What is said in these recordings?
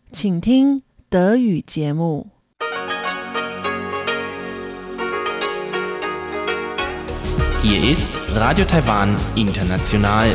请听德语节目。 Hier ist Radio Taiwan International.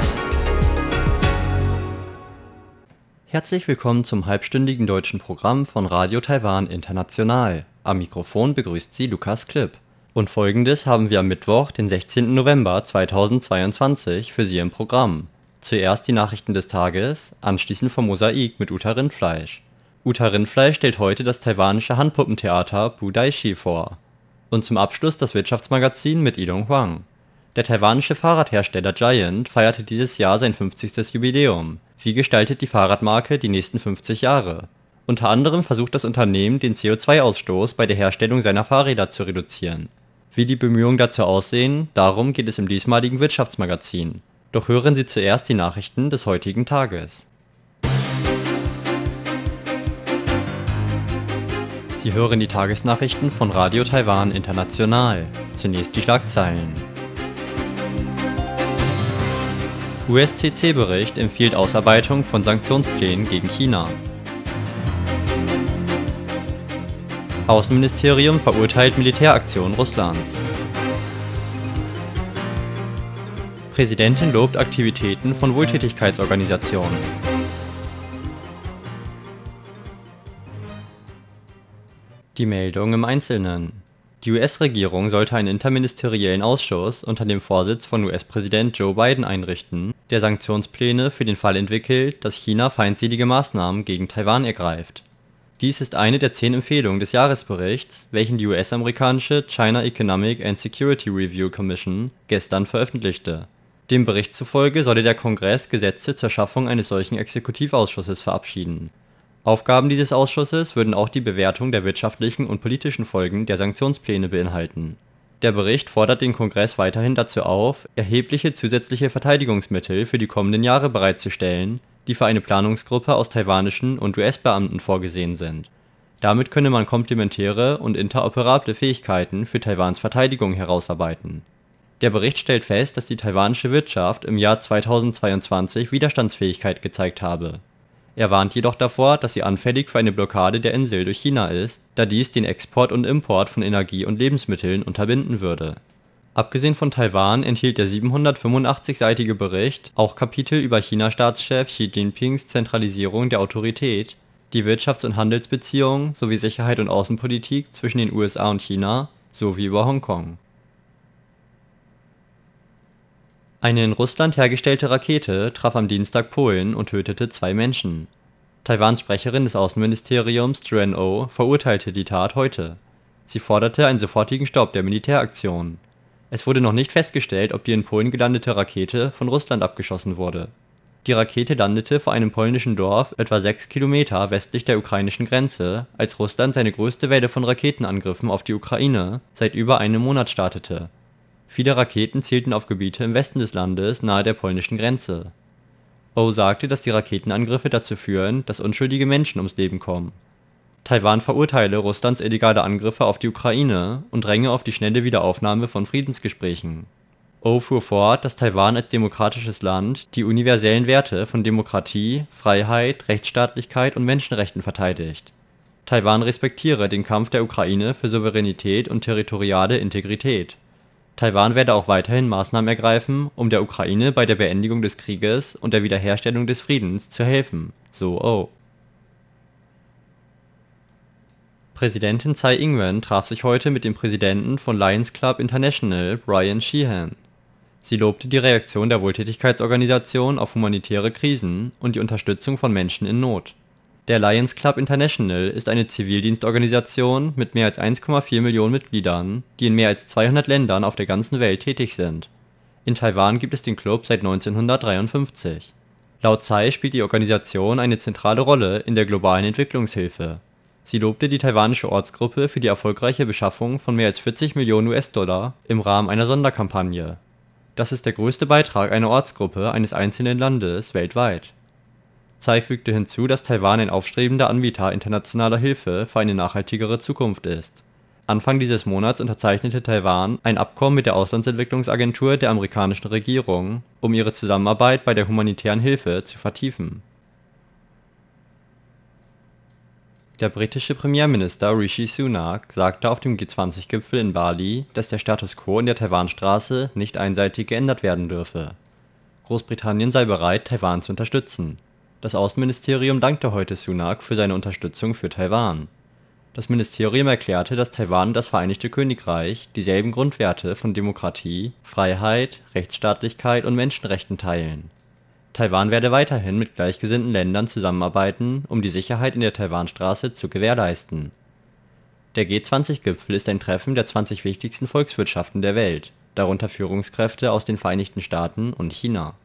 Herzlich willkommen zum halbstündigen deutschen Programm von Radio Taiwan International. Am Mikrofon begrüßt Sie Lukas Klipp. Und Folgendes haben wir am Mittwoch, den 16. November 2022 für Sie im Programm. Zuerst die Nachrichten des Tages, anschließend vom Mosaik mit Uta Rindfleisch. Uta Rindfleisch stellt heute das taiwanische Handpuppentheater Budaishi vor. Und zum Abschluss das Wirtschaftsmagazin mit Ilong Huang. Der taiwanische Fahrradhersteller Giant feierte dieses Jahr sein 50. Jubiläum. Wie gestaltet die Fahrradmarke die nächsten 50 Jahre? Unter anderem versucht das Unternehmen, den CO2-Ausstoß bei der Herstellung seiner Fahrräder zu reduzieren. Wie die Bemühungen dazu aussehen, darum geht es im diesmaligen Wirtschaftsmagazin. Doch hören Sie zuerst die Nachrichten des heutigen Tages. Sie hören die Tagesnachrichten von Radio Taiwan International. Zunächst die Schlagzeilen. USCC-Bericht empfiehlt Ausarbeitung von Sanktionsplänen gegen China. Außenministerium verurteilt Militäraktion Russlands. Präsidentin lobt Aktivitäten von Wohltätigkeitsorganisationen. Die Meldung im Einzelnen. Die US-Regierung sollte einen interministeriellen Ausschuss unter dem Vorsitz von US-Präsident Joe Biden einrichten, der Sanktionspläne für den Fall entwickelt, dass China feindselige Maßnahmen gegen Taiwan ergreift. Dies ist eine der 10 Empfehlungen des Jahresberichts, welchen die US-amerikanische China Economic and Security Review Commission gestern veröffentlichte. Dem Bericht zufolge solle der Kongress Gesetze zur Schaffung eines solchen Exekutivausschusses verabschieden. Aufgaben dieses Ausschusses würden auch die Bewertung der wirtschaftlichen und politischen Folgen der Sanktionspläne beinhalten. Der Bericht fordert den Kongress weiterhin dazu auf, erhebliche zusätzliche Verteidigungsmittel für die kommenden Jahre bereitzustellen, die für eine Planungsgruppe aus taiwanischen und US-Beamten vorgesehen sind. Damit könne man komplementäre und interoperable Fähigkeiten für Taiwans Verteidigung herausarbeiten. Der Bericht stellt fest, dass die taiwanische Wirtschaft im Jahr 2022 Widerstandsfähigkeit gezeigt habe. Er warnt jedoch davor, dass sie anfällig für eine Blockade der Insel durch China ist, da dies den Export und Import von Energie und Lebensmitteln unterbinden würde. Abgesehen von Taiwan enthielt der 785-seitige Bericht auch Kapitel über China-Staatschef Xi Jinpings Zentralisierung der Autorität, die Wirtschafts- und Handelsbeziehungen sowie Sicherheit und Außenpolitik zwischen den USA und China sowie über Hongkong. Eine in Russland hergestellte Rakete traf am Dienstag Polen und tötete 2 Menschen. Taiwans Sprecherin des Außenministeriums Joanne Oh verurteilte die Tat heute. Sie forderte einen sofortigen Stopp der Militäraktion. Es wurde noch nicht festgestellt, ob die in Polen gelandete Rakete von Russland abgeschossen wurde. Die Rakete landete vor einem polnischen Dorf etwa 6 Kilometer westlich der ukrainischen Grenze, als Russland seine größte Welle von Raketenangriffen auf die Ukraine seit über einem Monat startete. Viele Raketen zielten auf Gebiete im Westen des Landes nahe der polnischen Grenze. Oh sagte, dass die Raketenangriffe dazu führen, dass unschuldige Menschen ums Leben kommen. Taiwan verurteile Russlands illegale Angriffe auf die Ukraine und dränge auf die schnelle Wiederaufnahme von Friedensgesprächen. Oh fuhr fort, dass Taiwan als demokratisches Land die universellen Werte von Demokratie, Freiheit, Rechtsstaatlichkeit und Menschenrechten verteidigt. Taiwan respektiere den Kampf der Ukraine für Souveränität und territoriale Integrität. Taiwan werde auch weiterhin Maßnahmen ergreifen, um der Ukraine bei der Beendigung des Krieges und der Wiederherstellung des Friedens zu helfen, so Oh. Präsidentin Tsai Ing-wen traf sich heute mit dem Präsidenten von Lions Club International, Brian Sheehan. Sie lobte die Reaktion der Wohltätigkeitsorganisation auf humanitäre Krisen und die Unterstützung von Menschen in Not. Der Lions Club International ist eine Zivildienstorganisation mit mehr als 1,4 Millionen Mitgliedern, die in mehr als 200 Ländern auf der ganzen Welt tätig sind. In Taiwan gibt es den Club seit 1953. Laut Tsai spielt die Organisation eine zentrale Rolle in der globalen Entwicklungshilfe. Sie lobte die taiwanische Ortsgruppe für die erfolgreiche Beschaffung von mehr als 40 Millionen US-Dollar im Rahmen einer Sonderkampagne. Das ist der größte Beitrag einer Ortsgruppe eines einzelnen Landes weltweit. Tsai fügte hinzu, dass Taiwan ein aufstrebender Anbieter internationaler Hilfe für eine nachhaltigere Zukunft ist. Anfang dieses Monats unterzeichnete Taiwan ein Abkommen mit der Auslandsentwicklungsagentur der amerikanischen Regierung, um ihre Zusammenarbeit bei der humanitären Hilfe zu vertiefen. Der britische Premierminister Rishi Sunak sagte auf dem G20-Gipfel in Bali, dass der Status quo in der Taiwanstraße nicht einseitig geändert werden dürfe. Großbritannien sei bereit, Taiwan zu unterstützen. Das Außenministerium dankte heute Sunak für seine Unterstützung für Taiwan. Das Ministerium erklärte, dass Taiwan und das Vereinigte Königreich dieselben Grundwerte von Demokratie, Freiheit, Rechtsstaatlichkeit und Menschenrechten teilen. Taiwan werde weiterhin mit gleichgesinnten Ländern zusammenarbeiten, um die Sicherheit in der Taiwanstraße zu gewährleisten. Der G20-Gipfel ist ein Treffen der 20 wichtigsten Volkswirtschaften der Welt, darunter Führungskräfte aus den Vereinigten Staaten und China.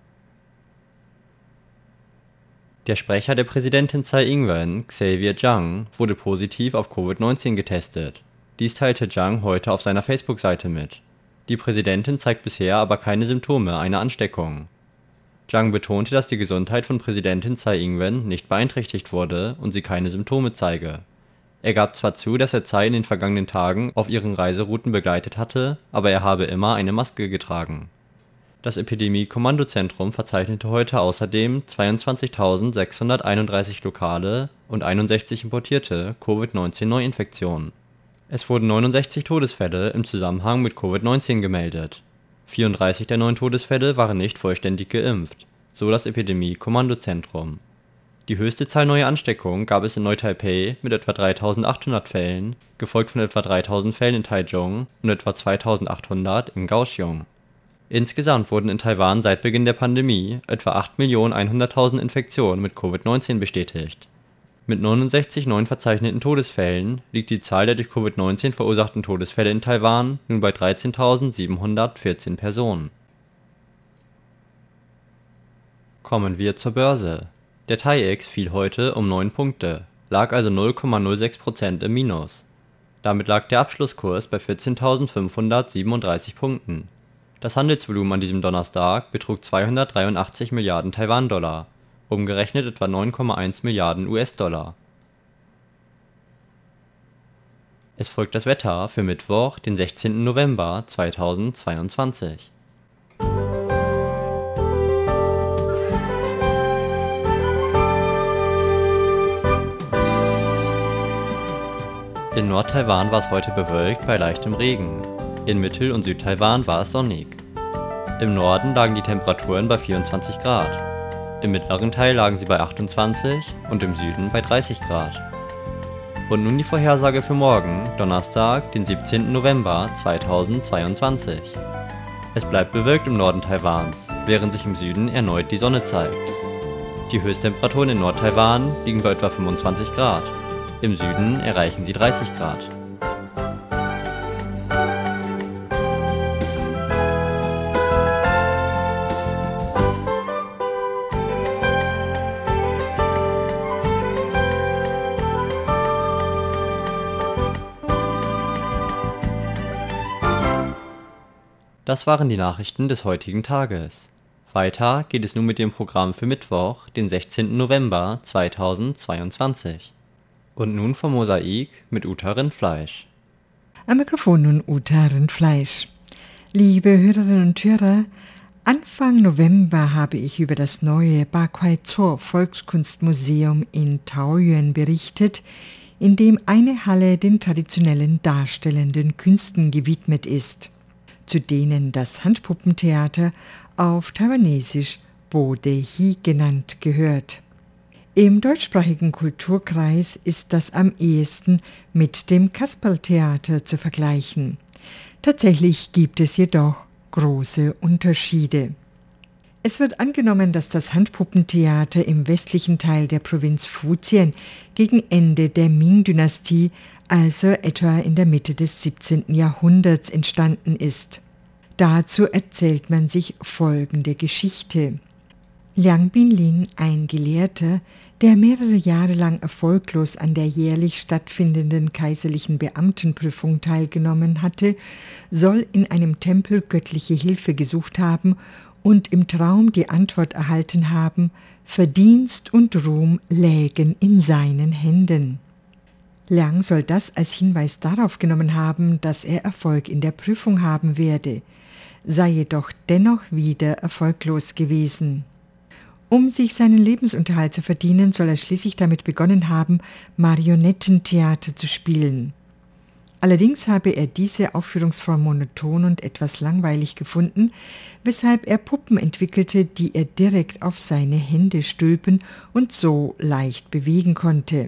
Der Sprecher der Präsidentin Tsai Ing-wen, Xavier Zhang, wurde positiv auf Covid-19 getestet. Dies teilte Zhang heute auf seiner Facebook-Seite mit. Die Präsidentin zeigt bisher aber keine Symptome einer Ansteckung. Zhang betonte, dass die Gesundheit von Präsidentin Tsai Ing-wen nicht beeinträchtigt wurde und sie keine Symptome zeige. Er gab zwar zu, dass er Tsai in den vergangenen Tagen auf ihren Reiserouten begleitet hatte, aber er habe immer eine Maske getragen. Das Epidemie-Kommandozentrum verzeichnete heute außerdem 22.631 lokale und 61 importierte Covid-19-Neuinfektionen. Es wurden 69 Todesfälle im Zusammenhang mit Covid-19 gemeldet. 34 der 9 Todesfälle waren nicht vollständig geimpft, so das Epidemie-Kommandozentrum. Die höchste Zahl neuer Ansteckungen gab es in Neu-Taipei mit etwa 3.800 Fällen, gefolgt von etwa 3.000 Fällen in Taichung und etwa 2.800 in Kaohsiung. Insgesamt wurden in Taiwan seit Beginn der Pandemie etwa 8.100.000 Infektionen mit Covid-19 bestätigt. Mit 69 neuen verzeichneten Todesfällen liegt die Zahl der durch Covid-19 verursachten Todesfälle in Taiwan nun bei 13.714 Personen. Kommen wir zur Börse. Der TAIEX fiel heute um 9 Punkte, lag also 0,06% im Minus. Damit lag der Abschlusskurs bei 14.537 Punkten. Das Handelsvolumen an diesem Donnerstag betrug 283 Milliarden Taiwan-Dollar, umgerechnet etwa 9,1 Milliarden US-Dollar. Es folgt das Wetter für Mittwoch, den 16. November 2022. In Nord-Taiwan war es heute bewölkt bei leichtem Regen. In Mittel- und Süd-Taiwan war es sonnig. Im Norden lagen die Temperaturen bei 24 Grad. Im mittleren Teil lagen sie bei 28 und im Süden bei 30 Grad. Und nun die Vorhersage für morgen, Donnerstag, den 17. November 2022. Es bleibt bewölkt im Norden Taiwans, während sich im Süden erneut die Sonne zeigt. Die Höchsttemperaturen in Nord-Taiwan liegen bei etwa 25 Grad. Im Süden erreichen sie 30 Grad. Das waren die Nachrichten des heutigen Tages. Weiter geht es nun mit dem Programm für Mittwoch, den 16. November 2022. Und nun vom Mosaik mit Uta Rindfleisch. Am Mikrofon nun Uta Rindfleisch. Liebe Hörerinnen und Hörer, Anfang November habe ich über das neue Bakwai-Zo Volkskunstmuseum in Taoyuan berichtet, in dem eine Halle den traditionellen darstellenden Künsten gewidmet ist, zu denen das Handpuppentheater auf Taiwanesisch Bo-De-Hi genannt gehört. Im deutschsprachigen Kulturkreis ist das am ehesten mit dem Kasperltheater zu vergleichen. Tatsächlich gibt es jedoch große Unterschiede. Es wird angenommen, dass das Handpuppentheater im westlichen Teil der Provinz Fujian gegen Ende der Ming-Dynastie, also etwa in der Mitte des 17. Jahrhunderts, entstanden ist. Dazu erzählt man sich folgende Geschichte. Liang Binlin, ein Gelehrter, der mehrere Jahre lang erfolglos an der jährlich stattfindenden kaiserlichen Beamtenprüfung teilgenommen hatte, soll in einem Tempel göttliche Hilfe gesucht haben und im Traum die Antwort erhalten haben, Verdienst und Ruhm lägen in seinen Händen. Liang soll das als Hinweis darauf genommen haben, dass er Erfolg in der Prüfung haben werde, sei jedoch dennoch wieder erfolglos gewesen. Um sich seinen Lebensunterhalt zu verdienen, soll er schließlich damit begonnen haben, Marionettentheater zu spielen. Allerdings habe er diese Aufführungsform monoton und etwas langweilig gefunden, weshalb er Puppen entwickelte, die er direkt auf seine Hände stülpen und so leicht bewegen konnte.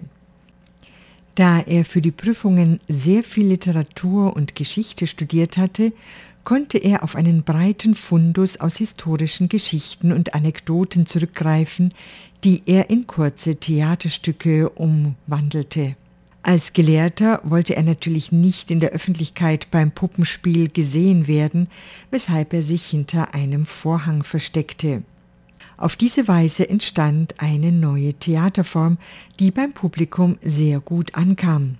Da er für die Prüfungen sehr viel Literatur und Geschichte studiert hatte, konnte er auf einen breiten Fundus aus historischen Geschichten und Anekdoten zurückgreifen, die er in kurze Theaterstücke umwandelte. Als Gelehrter wollte er natürlich nicht in der Öffentlichkeit beim Puppenspiel gesehen werden, weshalb er sich hinter einem Vorhang versteckte. Auf diese Weise entstand eine neue Theaterform, die beim Publikum sehr gut ankam.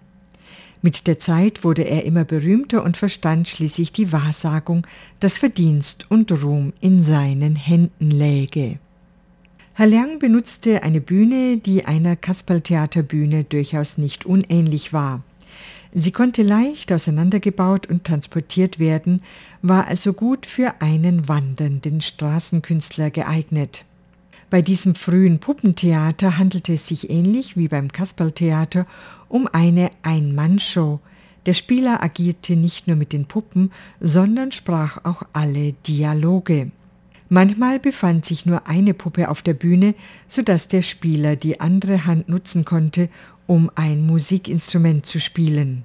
Mit der Zeit wurde er immer berühmter und verstand schließlich die Wahrsagung, dass Verdienst und Ruhm in seinen Händen läge. Herr Liang benutzte eine Bühne, die einer Kasperltheaterbühne durchaus nicht unähnlich war. Sie konnte leicht auseinandergebaut und transportiert werden, war also gut für einen wandernden Straßenkünstler geeignet. Bei diesem frühen Puppentheater handelte es sich ähnlich wie beim Kasperltheater um eine Ein-Mann-Show. Der Spieler agierte nicht nur mit den Puppen, sondern sprach auch alle Dialoge. Manchmal befand sich nur eine Puppe auf der Bühne, sodass der Spieler die andere Hand nutzen konnte, um ein Musikinstrument zu spielen.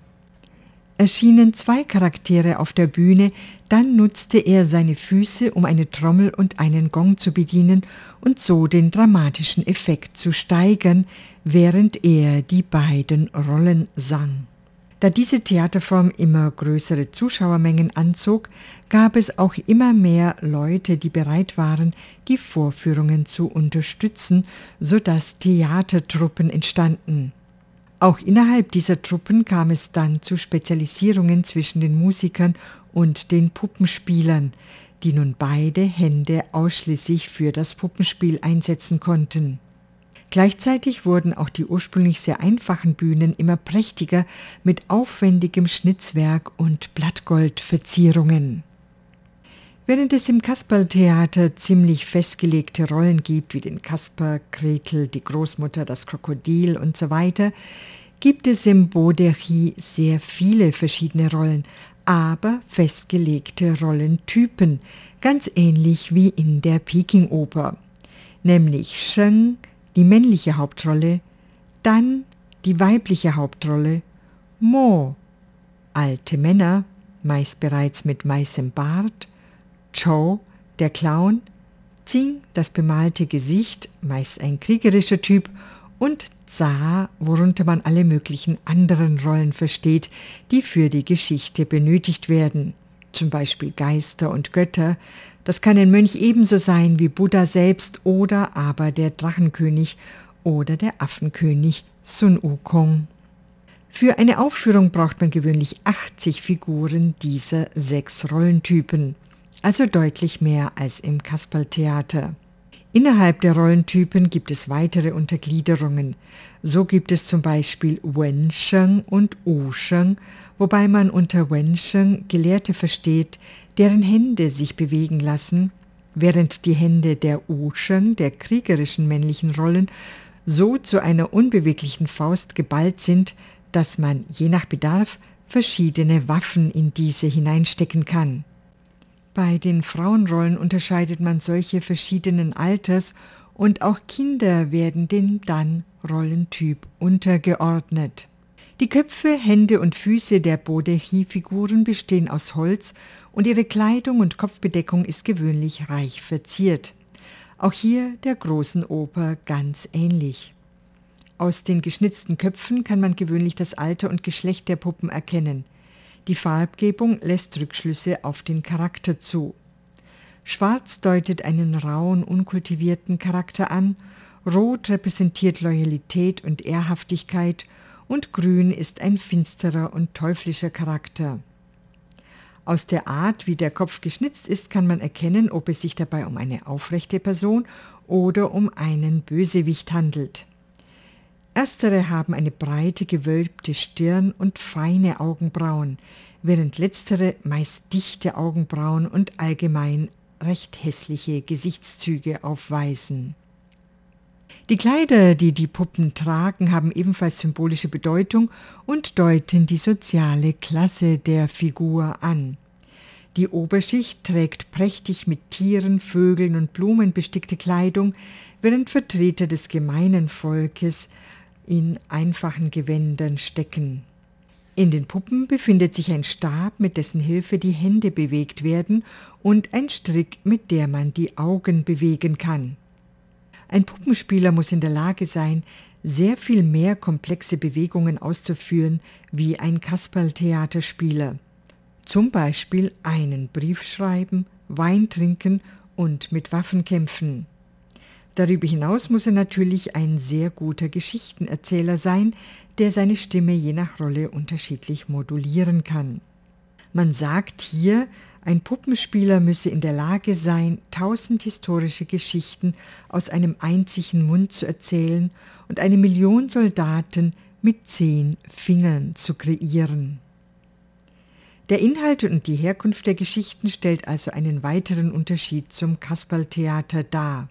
Erschienen 2 Charaktere auf der Bühne, dann nutzte er seine Füße, um eine Trommel und einen Gong zu bedienen und so den dramatischen Effekt zu steigern, während er die beiden Rollen sang. Da diese Theaterform immer größere Zuschauermengen anzog, gab es auch immer mehr Leute, die bereit waren, die Vorführungen zu unterstützen, sodass Theatertruppen entstanden. Auch innerhalb dieser Truppen kam es dann zu Spezialisierungen zwischen den Musikern und den Puppenspielern, die nun beide Hände ausschließlich für das Puppenspiel einsetzen konnten. Gleichzeitig wurden auch die ursprünglich sehr einfachen Bühnen immer prächtiger mit aufwendigem Schnitzwerk und Blattgoldverzierungen. Während es im Kasperltheater ziemlich festgelegte Rollen gibt, wie den Kasper, Gretel, die Großmutter, das Krokodil und so weiter, gibt es im Baudry sehr viele verschiedene Rollen, aber festgelegte Rollentypen, ganz ähnlich wie in der Pekingoper, nämlich Sheng, die männliche Hauptrolle, dann die weibliche Hauptrolle, Mo, alte Männer, meist bereits mit weißem Bart, Chou, der Clown, Tsing, das bemalte Gesicht, meist ein kriegerischer Typ, und Za, worunter man alle möglichen anderen Rollen versteht, die für die Geschichte benötigt werden, zum Beispiel Geister und Götter. Das kann ein Mönch ebenso sein wie Buddha selbst oder aber der Drachenkönig oder der Affenkönig Sun Wukong. Für eine Aufführung braucht man gewöhnlich 80 Figuren dieser 6 Rollentypen, also deutlich mehr als im Kasperltheater. Innerhalb der Rollentypen gibt es weitere Untergliederungen. So gibt es zum Beispiel Wensheng und Wusheng, wobei man unter Wensheng Gelehrte versteht, deren Hände sich bewegen lassen, während die Hände der Wusheng, der kriegerischen männlichen Rollen, so zu einer unbeweglichen Faust geballt sind, dass man je nach Bedarf verschiedene Waffen in diese hineinstecken kann. Bei den Frauenrollen unterscheidet man solche verschiedenen Alters und auch Kinder werden dem Dan-Rollentyp untergeordnet. Die Köpfe, Hände und Füße der Baudry-Figuren bestehen aus Holz und ihre Kleidung und Kopfbedeckung ist gewöhnlich reich verziert. Auch hier der großen Oper ganz ähnlich. Aus den geschnitzten Köpfen kann man gewöhnlich das Alter und Geschlecht der Puppen erkennen. Die Farbgebung lässt Rückschlüsse auf den Charakter zu. Schwarz deutet einen rauen, unkultivierten Charakter an, Rot repräsentiert Loyalität und Ehrhaftigkeit und Grün ist ein finsterer und teuflischer Charakter. Aus der Art, wie der Kopf geschnitzt ist, kann man erkennen, ob es sich dabei um eine aufrechte Person oder um einen Bösewicht handelt. Erstere haben eine breite, gewölbte Stirn und feine Augenbrauen, während letztere meist dichte Augenbrauen und allgemein recht hässliche Gesichtszüge aufweisen. Die Kleider, die die Puppen tragen, haben ebenfalls symbolische Bedeutung und deuten die soziale Klasse der Figur an. Die Oberschicht trägt prächtig mit Tieren, Vögeln und Blumen bestickte Kleidung, während Vertreter des gemeinen Volkes in einfachen Gewändern stecken. In den Puppen befindet sich ein Stab, mit dessen Hilfe die Hände bewegt werden, und ein Strick, mit der man die Augen bewegen kann. Ein Puppenspieler muss in der Lage sein, sehr viel mehr komplexe Bewegungen auszuführen wie ein Kasperltheaterspieler. Zum Beispiel einen Brief schreiben, Wein trinken und mit Waffen kämpfen. Darüber hinaus muss er natürlich ein sehr guter Geschichtenerzähler sein, der seine Stimme je nach Rolle unterschiedlich modulieren kann. Man sagt hier, ein Puppenspieler müsse in der Lage sein, 1000 historische Geschichten aus einem einzigen Mund zu erzählen und 1 Million Soldaten mit 10 Fingern zu kreieren. Der Inhalt und die Herkunft der Geschichten stellt also einen weiteren Unterschied zum Kasperltheater dar.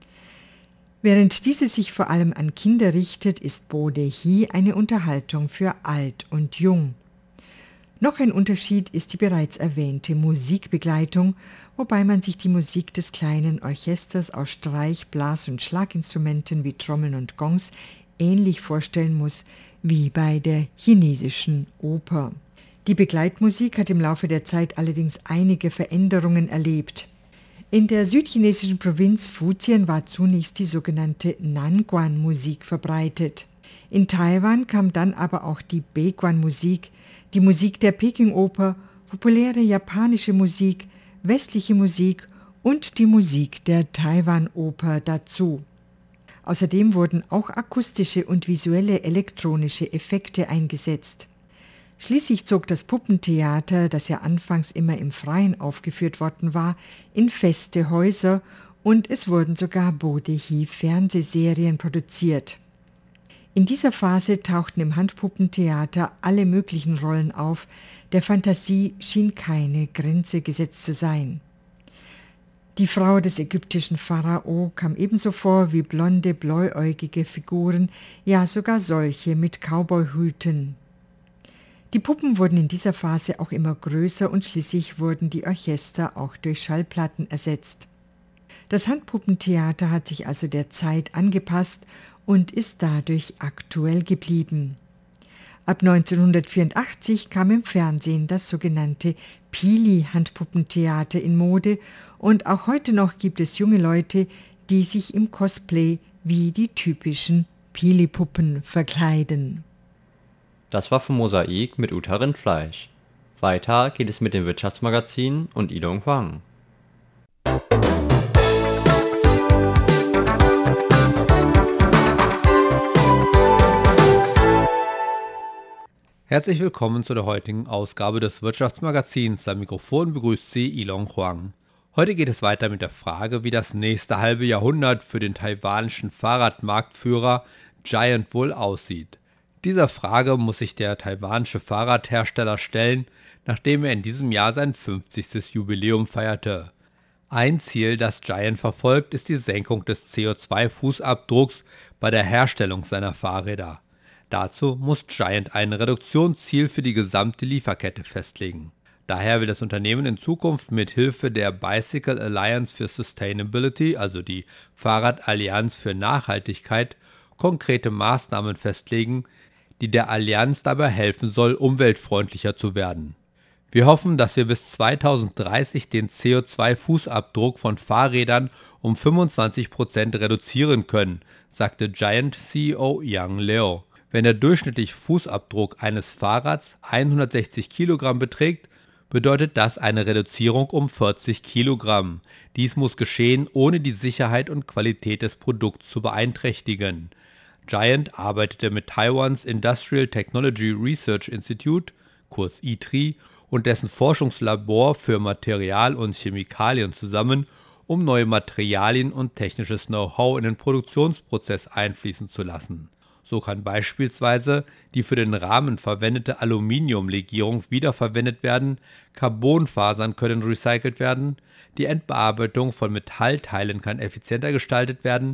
Während diese sich vor allem an Kinder richtet, ist Bodehi eine Unterhaltung für alt und jung. Noch ein Unterschied ist die bereits erwähnte Musikbegleitung, wobei man sich die Musik des kleinen Orchesters aus Streich-, Blas- und Schlaginstrumenten wie Trommeln und Gongs ähnlich vorstellen muss wie bei der chinesischen Oper. Die Begleitmusik hat im Laufe der Zeit allerdings einige Veränderungen erlebt. In der südchinesischen Provinz Fujian war zunächst die sogenannte Nanguan-Musik verbreitet. In Taiwan kam dann aber auch die Beiguan-Musik, die Musik der Peking-Oper, populäre japanische Musik, westliche Musik und die Musik der Taiwan-Oper dazu. Außerdem wurden auch akustische und visuelle elektronische Effekte eingesetzt. Schließlich zog das Puppentheater, das ja anfangs immer im Freien aufgeführt worden war, in feste Häuser und es wurden sogar Bodehi-Fernsehserien produziert. In dieser Phase tauchten im Handpuppentheater alle möglichen Rollen auf, der Fantasie schien keine Grenze gesetzt zu sein. Die Frau des ägyptischen Pharao kam ebenso vor wie blonde, bläuäugige Figuren, ja sogar solche mit Cowboyhüten. Die Puppen wurden in dieser Phase auch immer größer und schließlich wurden die Orchester auch durch Schallplatten ersetzt. Das Handpuppentheater hat sich also der Zeit angepasst und ist dadurch aktuell geblieben. Ab 1984 kam im Fernsehen das sogenannte Pili-Handpuppentheater in Mode und auch heute noch gibt es junge Leute, die sich im Cosplay wie die typischen Pili-Puppen verkleiden. Das war vom Mosaik mit Uta Rindfleisch. Weiter geht es mit dem Wirtschaftsmagazin und Ilon Huang. Herzlich willkommen zu der heutigen Ausgabe des Wirtschaftsmagazins. Am Mikrofon begrüßt Sie Ilon Huang. Heute geht es weiter mit der Frage, wie das nächste halbe Jahrhundert für den taiwanischen Fahrradmarktführer Giant wohl aussieht. Dieser Frage muss sich der taiwanische Fahrradhersteller stellen, nachdem er in diesem Jahr sein 50. Jubiläum feierte. Ein Ziel, das Giant verfolgt, ist die Senkung des CO2-Fußabdrucks bei der Herstellung seiner Fahrräder. Dazu muss Giant ein Reduktionsziel für die gesamte Lieferkette festlegen. Daher will das Unternehmen in Zukunft mit Hilfe der Bicycle Alliance for Sustainability, also die Fahrradallianz für Nachhaltigkeit, konkrete Maßnahmen festlegen, die der Allianz dabei helfen soll, umweltfreundlicher zu werden. Wir hoffen, dass wir bis 2030 den CO2-Fußabdruck von Fahrrädern um 25% reduzieren können, sagte Giant-CEO Yang Leo. Wenn der durchschnittliche Fußabdruck eines Fahrrads 160 Kilogramm beträgt, bedeutet das eine Reduzierung um 40 Kilogramm. Dies muss geschehen, ohne die Sicherheit und Qualität des Produkts zu beeinträchtigen. Giant arbeitete mit Taiwans Industrial Technology Research Institute, kurz ITRI, und dessen Forschungslabor für Material- und Chemikalien zusammen, um neue Materialien und technisches Know-how in den Produktionsprozess einfließen zu lassen. So kann beispielsweise die für den Rahmen verwendete Aluminiumlegierung wiederverwendet werden, Carbonfasern können recycelt werden, die Endbearbeitung von Metallteilen kann effizienter gestaltet werden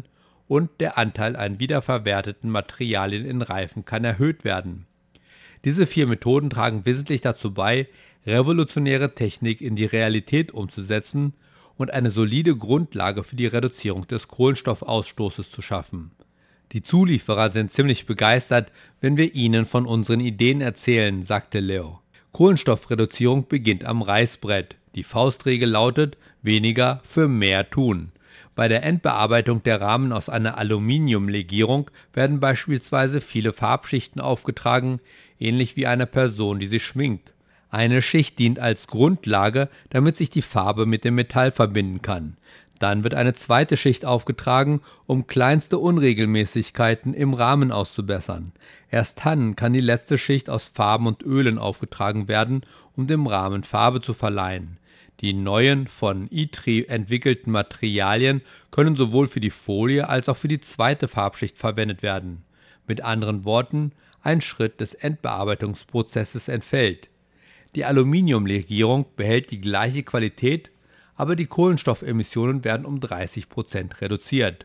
und der Anteil an wiederverwerteten Materialien in Reifen kann erhöht werden. Diese 4 Methoden tragen wesentlich dazu bei, revolutionäre Technik in die Realität umzusetzen und eine solide Grundlage für die Reduzierung des Kohlenstoffausstoßes zu schaffen. Die Zulieferer sind ziemlich begeistert, wenn wir ihnen von unseren Ideen erzählen, sagte Leo. Kohlenstoffreduzierung beginnt am Reißbrett. Die Faustregel lautet, weniger für mehr tun. Bei der Endbearbeitung der Rahmen aus einer Aluminiumlegierung werden beispielsweise viele Farbschichten aufgetragen, ähnlich wie eine Person, die sich schminkt. Eine Schicht dient als Grundlage, damit sich die Farbe mit dem Metall verbinden kann. Dann wird eine zweite Schicht aufgetragen, um kleinste Unregelmäßigkeiten im Rahmen auszubessern. Erst dann kann die letzte Schicht aus Farben und Ölen aufgetragen werden, um dem Rahmen Farbe zu verleihen. Die neuen, von ITRI entwickelten Materialien können sowohl für die Folie als auch für die zweite Farbschicht verwendet werden. Mit anderen Worten, ein Schritt des Endbearbeitungsprozesses entfällt. Die Aluminiumlegierung behält die gleiche Qualität, aber die Kohlenstoffemissionen werden um 30% reduziert.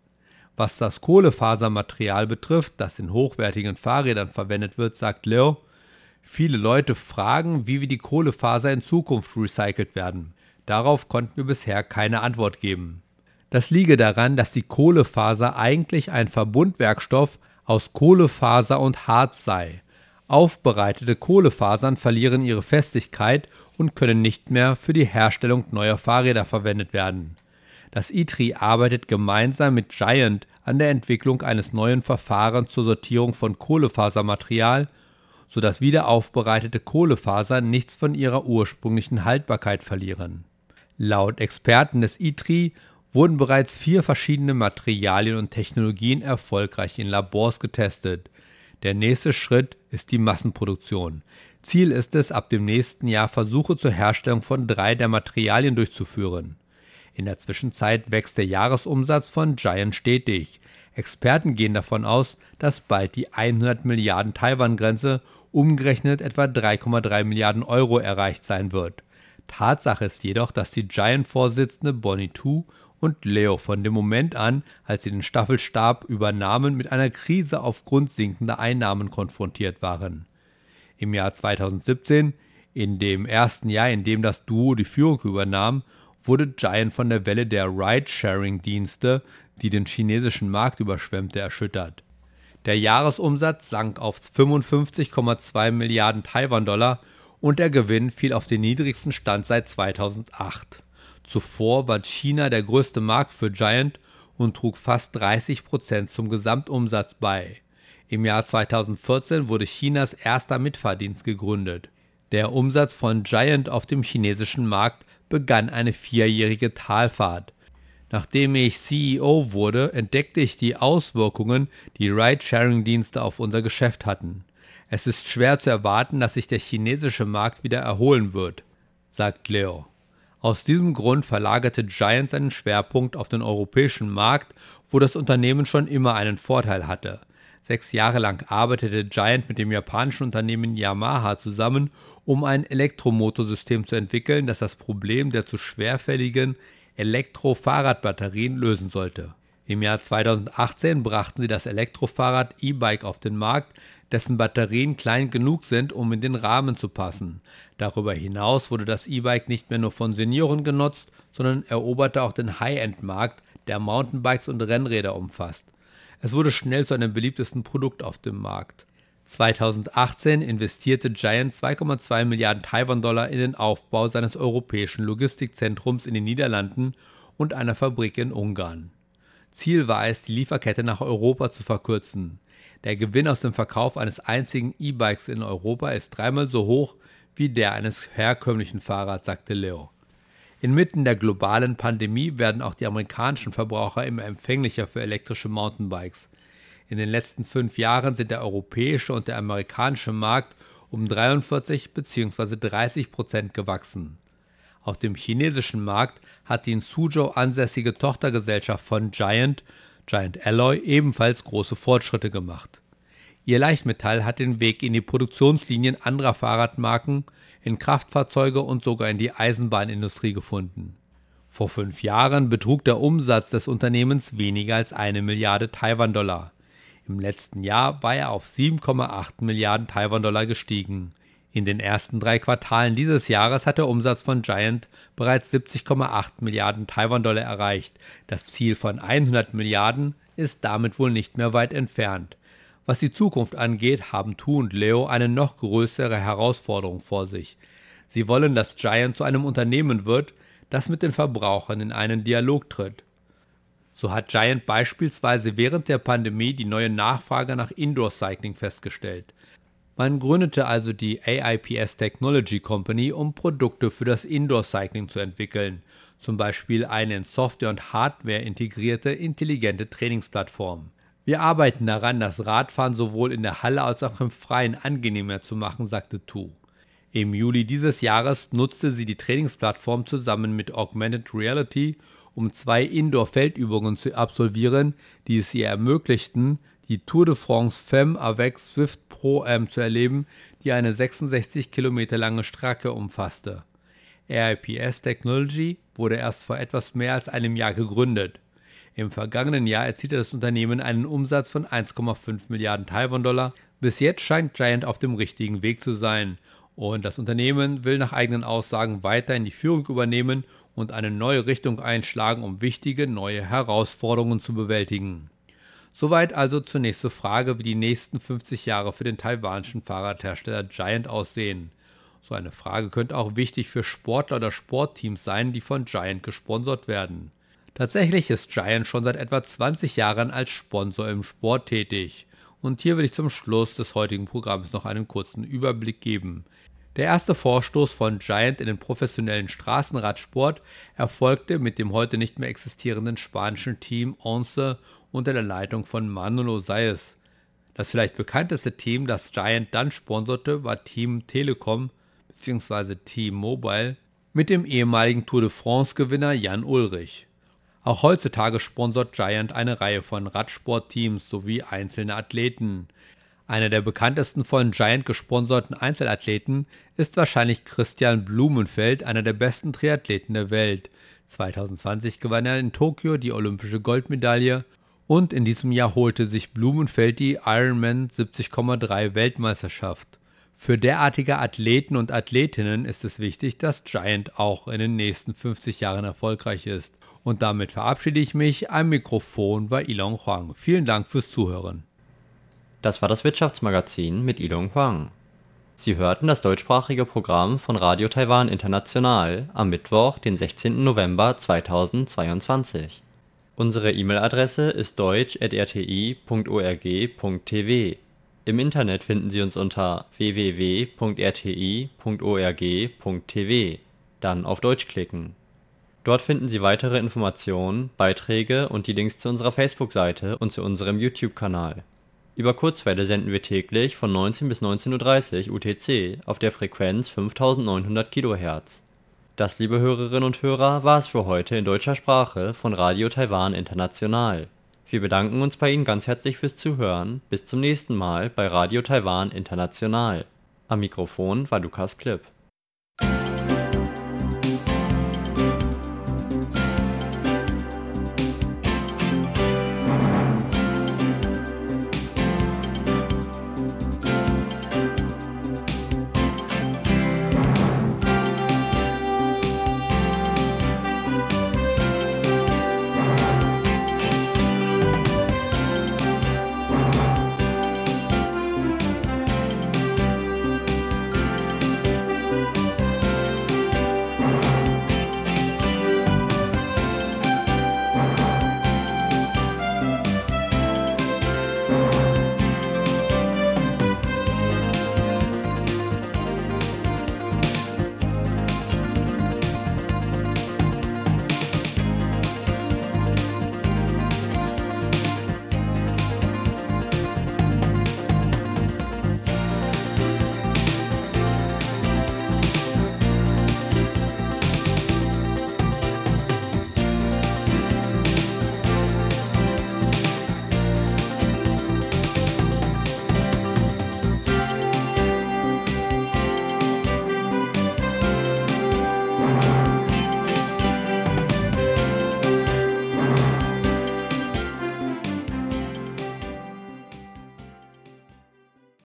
Was das Kohlefasermaterial betrifft, das in hochwertigen Fahrrädern verwendet wird, sagt Leo, viele Leute fragen, wie wir die Kohlefaser in Zukunft recycelt werden. Darauf konnten wir bisher keine Antwort geben. Das liege daran, dass die Kohlefaser eigentlich ein Verbundwerkstoff aus Kohlefaser und Harz sei. Aufbereitete Kohlefasern verlieren ihre Festigkeit und können nicht mehr für die Herstellung neuer Fahrräder verwendet werden. Das ITRI arbeitet gemeinsam mit Giant an der Entwicklung eines neuen Verfahrens zur Sortierung von Kohlefasermaterial, sodass wiederaufbereitete Kohlefasern nichts von ihrer ursprünglichen Haltbarkeit verlieren. Laut Experten des ITRI wurden bereits 4 verschiedene Materialien und Technologien erfolgreich in Labors getestet. Der nächste Schritt ist die Massenproduktion. Ziel ist es, ab dem nächsten Jahr Versuche zur Herstellung von 3 der Materialien durchzuführen. In der Zwischenzeit wächst der Jahresumsatz von Giant stetig. Experten gehen davon aus, dass bald die 100 Milliarden Taiwan-Grenze, umgerechnet etwa 3,3 Milliarden Euro, erreicht sein wird. Tatsache ist jedoch, dass die Giant-Vorsitzende Bonnie Tu und Leo von dem Moment an, als sie den Staffelstab übernahmen, mit einer Krise aufgrund sinkender Einnahmen konfrontiert waren. Im Jahr 2017, in dem ersten Jahr, in dem das Duo die Führung übernahm, wurde Giant von der Welle der Ride-Sharing-Dienste, die den chinesischen Markt überschwemmte, erschüttert. Der Jahresumsatz sank auf 55,2 Milliarden Taiwan-Dollar und der Gewinn fiel auf den niedrigsten Stand seit 2008. Zuvor war China der größte Markt für Giant und trug fast 30% zum Gesamtumsatz bei. Im Jahr 2014 wurde Chinas erster Mitfahrdienst gegründet. Der Umsatz von Giant auf dem chinesischen Markt begann eine 4-jährige Talfahrt. Nachdem ich CEO wurde, entdeckte ich die Auswirkungen, die Ride-Sharing-Dienste auf unser Geschäft hatten. Es ist schwer zu erwarten, dass sich der chinesische Markt wieder erholen wird, sagt Leo. Aus diesem Grund verlagerte Giant seinen Schwerpunkt auf den europäischen Markt, wo das Unternehmen schon immer einen Vorteil hatte. 6 Jahre lang arbeitete Giant mit dem japanischen Unternehmen Yamaha zusammen, um ein Elektromotorsystem zu entwickeln, das das Problem der zu schwerfälligen Elektrofahrradbatterien lösen sollte. Im Jahr 2018 brachten sie das Elektrofahrrad E-Bike auf den Markt, dessen Batterien klein genug sind, um in den Rahmen zu passen. Darüber hinaus wurde das E-Bike nicht mehr nur von Senioren genutzt, sondern eroberte auch den High-End-Markt, der Mountainbikes und Rennräder umfasst. Es wurde schnell zu einem beliebtesten Produkt auf dem Markt. 2018 investierte Giant 2,2 Milliarden Taiwan-Dollar in den Aufbau seines europäischen Logistikzentrums in den Niederlanden und einer Fabrik in Ungarn. Ziel war es, die Lieferkette nach Europa zu verkürzen. Der Gewinn aus dem Verkauf eines einzigen E-Bikes in Europa ist 3-mal so hoch wie der eines herkömmlichen Fahrrads, sagte Leo. Inmitten der globalen Pandemie werden auch die amerikanischen Verbraucher immer empfänglicher für elektrische Mountainbikes. In den letzten 5 Jahren sind der europäische und der amerikanische Markt um 43 bzw. 30% gewachsen. Auf dem chinesischen Markt hat die in Suzhou ansässige Tochtergesellschaft von Giant Alloy, ebenfalls große Fortschritte gemacht. Ihr Leichtmetall hat den Weg in die Produktionslinien anderer Fahrradmarken, in Kraftfahrzeuge und sogar in die Eisenbahnindustrie gefunden. Vor 5 Jahren betrug der Umsatz des Unternehmens weniger als 1 Milliarde Taiwan-Dollar. Im letzten Jahr war er auf 7,8 Milliarden Taiwan-Dollar gestiegen. In den ersten 3 Quartalen dieses Jahres hat der Umsatz von Giant bereits 70,8 Milliarden Taiwan-Dollar erreicht. Das Ziel von 100 Milliarden ist damit wohl nicht mehr weit entfernt. Was die Zukunft angeht, haben Tu und Leo eine noch größere Herausforderung vor sich. Sie wollen, dass Giant zu einem Unternehmen wird, das mit den Verbrauchern in einen Dialog tritt. So hat Giant beispielsweise während der Pandemie die neue Nachfrage nach Indoor-Cycling festgestellt. Man gründete also die AIPS Technology Company, um Produkte für das Indoor-Cycling zu entwickeln, zum Beispiel eine in Software und Hardware integrierte intelligente Trainingsplattform. Wir arbeiten daran, das Radfahren sowohl in der Halle als auch im Freien angenehmer zu machen, sagte Tu. Im Juli dieses Jahres nutzte sie die Trainingsplattform zusammen mit Augmented Reality, um 2 Indoor-Feldübungen zu absolvieren, die es ihr ermöglichten, die Tour de France Femme avec Swift Pro Am zu erleben, die eine 66 Kilometer lange Strecke umfasste. AIPS Technology wurde erst vor etwas mehr als einem Jahr gegründet. Im vergangenen Jahr erzielte das Unternehmen einen Umsatz von 1,5 Milliarden Taiwan-Dollar. Bis jetzt scheint Giant auf dem richtigen Weg zu sein. Und das Unternehmen will nach eigenen Aussagen weiterhin die Führung übernehmen und eine neue Richtung einschlagen, um wichtige neue Herausforderungen zu bewältigen. Soweit also zur nächsten Frage, wie die nächsten 50 Jahre für den taiwanischen Fahrradhersteller Giant aussehen. So eine Frage könnte auch wichtig für Sportler oder Sportteams sein, die von Giant gesponsert werden. Tatsächlich ist Giant schon seit etwa 20 Jahren als Sponsor im Sport tätig. Und hier will ich zum Schluss des heutigen Programms noch einen kurzen Überblick geben. Der erste Vorstoß von Giant in den professionellen Straßenradsport erfolgte mit dem heute nicht mehr existierenden spanischen Team ONCE unter der Leitung von Manolo Sáez. Das vielleicht bekannteste Team, das Giant dann sponserte, war Team Telekom bzw. Team Mobile mit dem ehemaligen Tour de France-Gewinner Jan Ullrich. Auch heutzutage sponsert Giant eine Reihe von Radsportteams sowie einzelne Athleten. Einer der bekanntesten von Giant gesponserten Einzelathleten ist wahrscheinlich Christian Blumenfeld, einer der besten Triathleten der Welt. 2020 gewann er in Tokio die olympische Goldmedaille und in diesem Jahr holte sich Blumenfeld die Ironman 70,3 Weltmeisterschaft. Für derartige Athleten und Athletinnen ist es wichtig, dass Giant auch in den nächsten 50 Jahren erfolgreich ist. Und damit verabschiede ich mich. Am Mikrofon war Ilon Huang. Vielen Dank fürs Zuhören. Das war das Wirtschaftsmagazin mit Ilon Huang. Sie hörten das deutschsprachige Programm von Radio Taiwan International am Mittwoch, den 16. November 2022. Unsere E-Mail-Adresse ist deutsch@rti.org.tv. Im Internet finden Sie uns unter www.rti.org.tv. Dann auf Deutsch klicken. Dort finden Sie weitere Informationen, Beiträge und die Links zu unserer Facebook-Seite und zu unserem YouTube-Kanal. Über Kurzwelle senden wir täglich von 19 bis 19:30 Uhr UTC auf der Frequenz 5900 kHz. Das, liebe Hörerinnen und Hörer, war es für heute in deutscher Sprache von Radio Taiwan International. Wir bedanken uns bei Ihnen ganz herzlich fürs Zuhören. Bis zum nächsten Mal bei Radio Taiwan International. Am Mikrofon war Lukas Klipp.